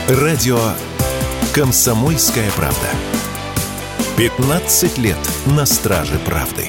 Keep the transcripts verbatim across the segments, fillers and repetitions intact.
Радио «Комсомольская правда». пятнадцать лет на страже правды.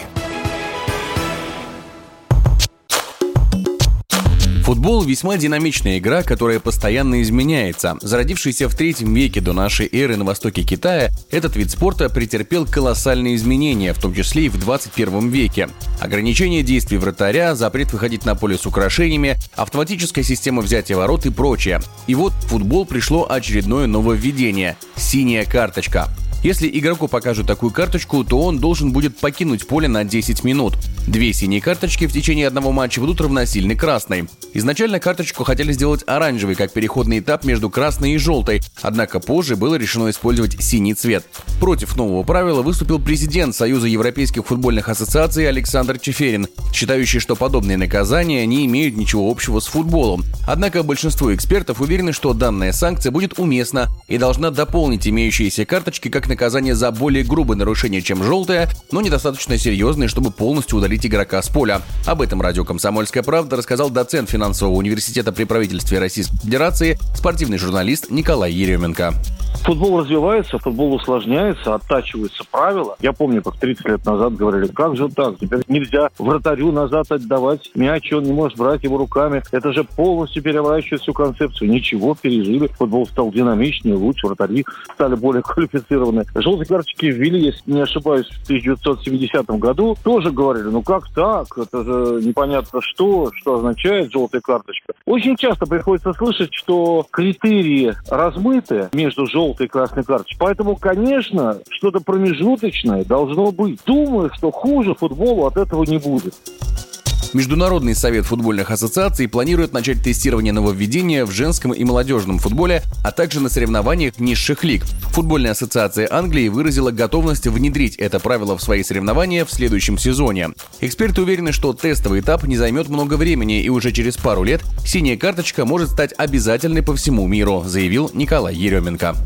Футбол – весьма динамичная игра, которая постоянно изменяется. Зародившийся в третьем веке до нашей эры на востоке Китая, этот вид спорта претерпел колоссальные изменения, в том числе и в двадцать первом веке. Ограничение действий вратаря, запрет выходить на поле с украшениями, автоматическая система взятия ворот и прочее. И вот в футбол пришло очередное нововведение – синяя карточка. Если игроку покажут такую карточку, то он должен будет покинуть поле на десять минут. Две синие карточки в течение одного матча будут равносильны красной. Изначально карточку хотели сделать оранжевой, как переходный этап между красной и желтой, однако позже было решено использовать синий цвет. Против нового правила выступил президент Союза европейских футбольных ассоциаций Александр Чеферин, считающий, что подобные наказания не имеют ничего общего с футболом. Однако большинство экспертов уверены, что данная санкция будет уместна и должна дополнить имеющиеся карточки как наказание за более грубое нарушение, чем желтое, но недостаточно серьезное, чтобы полностью удалить игрока с поля. Об этом радио «Комсомольская правда» рассказал доцент финансового университета при правительстве Российской Федерации, спортивный журналист Николай Еременко. Футбол развивается, футбол усложняется, оттачиваются правила. Я помню, как тридцать лет назад говорили, как же так, теперь нельзя вратарю назад отдавать мяч, он не может брать его руками. Это же полностью переворачивает всю концепцию. Ничего, пережили. Футбол стал динамичнее, лучше, вратари стали более квалифицированы. Желтые карточки ввели, если не ошибаюсь, в тысяча девятьсот семидесятом году. Тоже говорили, ну как так? Это же непонятно что, что означает желтая карточка. Очень часто приходится слышать, что критерии размыты между желтой и красной карточкой. Поэтому, конечно, что-то промежуточное должно быть. Думаю, что хуже футболу от этого не будет. Международный совет футбольных ассоциаций планирует начать тестирование нововведения в женском и молодежном футболе, а также на соревнованиях низших лиг. Футбольная ассоциация Англии выразила готовность внедрить это правило в свои соревнования в следующем сезоне. Эксперты уверены, что тестовый этап не займет много времени, и уже через пару лет синяя карточка может стать обязательной по всему миру, заявил Николай Еременко.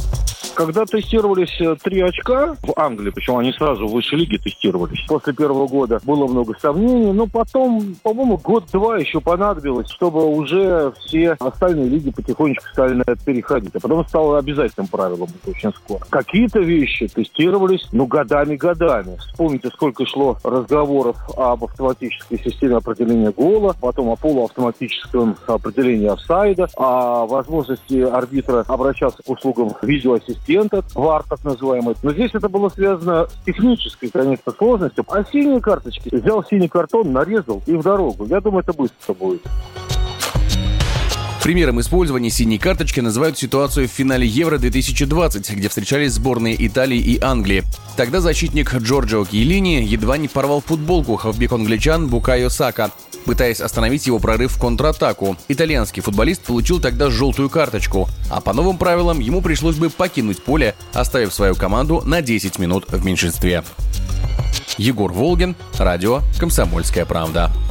Когда тестировались три очка в Англии, причем они сразу в высшей лиге тестировались, после первого года было много сомнений, но потом, по-моему, год-два еще понадобилось, чтобы уже все остальные лиги потихонечку стали на это переходить. А потом стало обязательным правилом очень скоро. Какие-то вещи тестировались, ну, годами-годами. Вспомните, сколько шло разговоров об автоматической системе определения гола, потом о полуавтоматическом определении офсайда, о возможности арбитра обращаться к услугам видеоассистента, ВАР так называемый. Но здесь это было связано с технической, конечно, сложностью. А синие карточки взял синий картон, нарезал и в дорогу. Я думаю, это быстро будет. Примером использования синей карточки называют ситуацию в финале Евро две тысячи двадцать, где встречались сборные Италии и Англии. Тогда защитник Джорджио Кьелини едва не порвал футболку хавбек англичан Букайо Сака, пытаясь остановить его прорыв в контратаку. Итальянский футболист получил тогда желтую карточку, а по новым правилам ему пришлось бы покинуть поле, оставив свою команду на десять минут в меньшинстве. Егор Волгин, радио «Комсомольская правда».